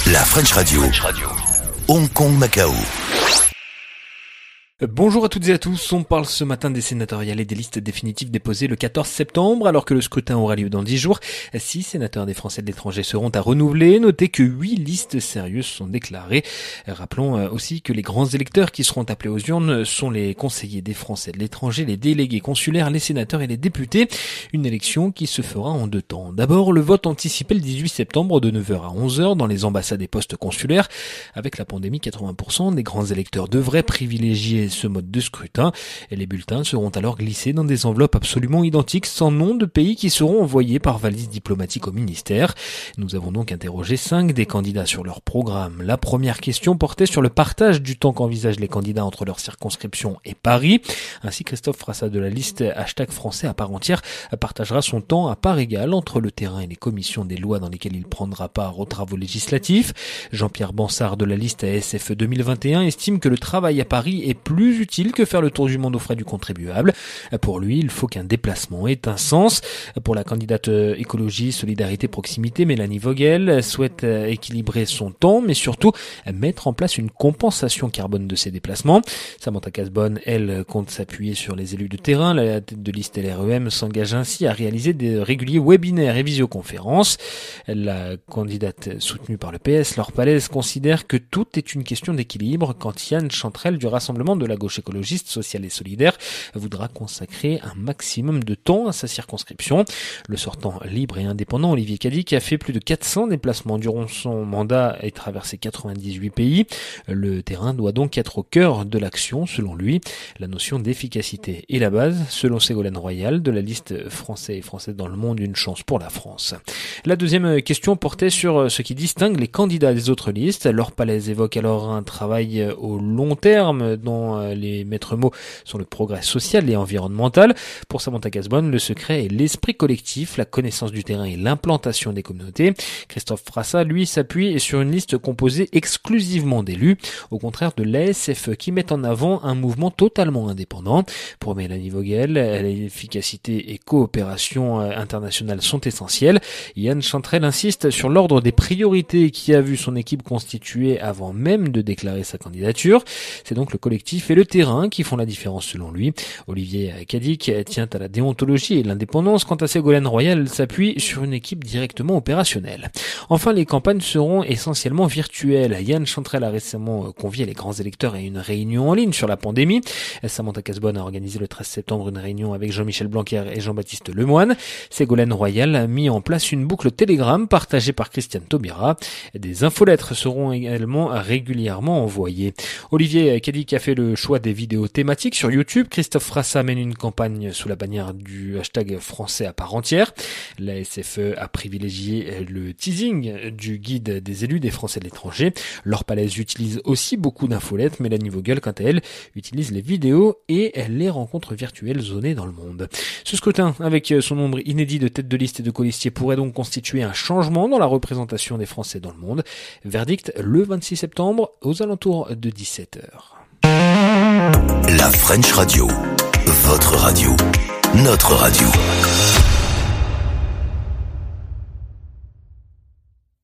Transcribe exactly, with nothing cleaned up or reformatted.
La French Radio. Hong Kong, Macao. Bonjour à toutes et à tous, on parle ce matin des sénatoriales et des listes définitives déposées le quatorze septembre, alors que le scrutin aura lieu dans dix jours. Six sénateurs des Français de l'étranger seront à renouveler. Notez que huit listes sérieuses sont déclarées. Rappelons aussi que les grands électeurs qui seront appelés aux urnes sont les conseillers des Français de l'étranger, les délégués consulaires, les sénateurs et les députés. Une élection qui se fera en deux temps. D'abord, le vote anticipé le dix-huit septembre de neuf heures à onze heures dans les ambassades et postes consulaires. Avec la pandémie, quatre-vingts pour cent des grands électeurs devraient privilégier ce mode de scrutin et les bulletins seront alors glissés dans des enveloppes absolument identiques sans nom de pays qui seront envoyés par valise diplomatique au ministère. Nous avons donc interrogé cinq des candidats sur leur programme. La première question portait sur le partage du temps qu'envisagent les candidats entre leur circonscription et Paris. Ainsi, Christophe Frassa de la liste hashtag français à part entière partagera son temps à part égale entre le terrain et les commissions des lois dans lesquelles il prendra part aux travaux législatifs. Jean-Pierre Bansard de la liste A S F deux mille vingt et un estime que le travail à Paris est plus plus utile que faire le tour du monde aux frais du contribuable. Pour lui, il faut qu'un déplacement ait un sens. Pour la candidate écologie, solidarité, proximité, Mélanie Vogel souhaite équilibrer son temps, mais surtout mettre en place une compensation carbone de ses déplacements. Samantha Casbonne, elle, compte s'appuyer sur les élus de terrain. La tête de liste L R E M s'engage ainsi à réaliser des réguliers webinaires et visioconférences. La candidate soutenue par le P S, Laure Pallès, considère que tout est une question d'équilibre quand Yann Chantrel du Rassemblement de la gauche écologiste, sociale et solidaire voudra consacrer un maximum de temps à sa circonscription. Le sortant libre et indépendant Olivier Cadic a fait plus de quatre cents déplacements durant son mandat et traversé quatre-vingt-dix-huit pays. Le terrain doit donc être au cœur de l'action, selon lui. La notion d'efficacité est la base, selon Ségolène Royal de la liste Français et Françaises dans le monde, une chance pour la France. La deuxième question portait sur ce qui distingue les candidats des autres listes. Laure Pallès évoque alors un travail au long terme dont les maîtres mots sont le progrès social et environnemental. Pour Samantha Casbonne, le secret est l'esprit collectif, la connaissance du terrain et l'implantation des communautés. Christophe Frassa, lui, s'appuie sur une liste composée exclusivement d'élus, au contraire de l'A S F E qui met en avant un mouvement totalement indépendant. Pour Mélanie Vogel, l'efficacité et coopération internationale sont essentielles. Yann Chantrel insiste sur l'ordre des priorités qui a vu son équipe constituée avant même de déclarer sa candidature. C'est donc le collectif et le terrain qui font la différence selon lui. Olivier Cadic tient à la déontologie et l'indépendance. Quant à Ségolène Royal, elle s'appuie sur une équipe directement opérationnelle. Enfin, les campagnes seront essentiellement virtuelles. Yann Chantrel a récemment convié les grands électeurs à une réunion en ligne sur la pandémie. Samantha Casbonne a organisé le treize septembre une réunion avec Jean-Michel Blanquer et Jean-Baptiste Lemoyne. Ségolène Royal a mis en place une boucle Telegram partagée par Christiane Taubira. Des infolettres seront également régulièrement envoyées. Olivier Cadic a fait le choix des vidéos thématiques sur YouTube. Christophe Frassa mène une campagne sous la bannière du hashtag français à part entière. La S F E a privilégié le teasing du guide des élus des Français de l'étranger. Laure Pallès utilise aussi beaucoup d'infolettes. Mélanie Vogel, quant à elle, utilise les vidéos et les rencontres virtuelles zonées dans le monde. Ce scrutin, avec son nombre inédit de têtes de liste et de colistiers, pourrait donc constituer un changement dans la représentation des Français dans le monde. Verdict le vingt-six septembre aux alentours de dix-sept heures. La French Radio, votre radio, notre radio.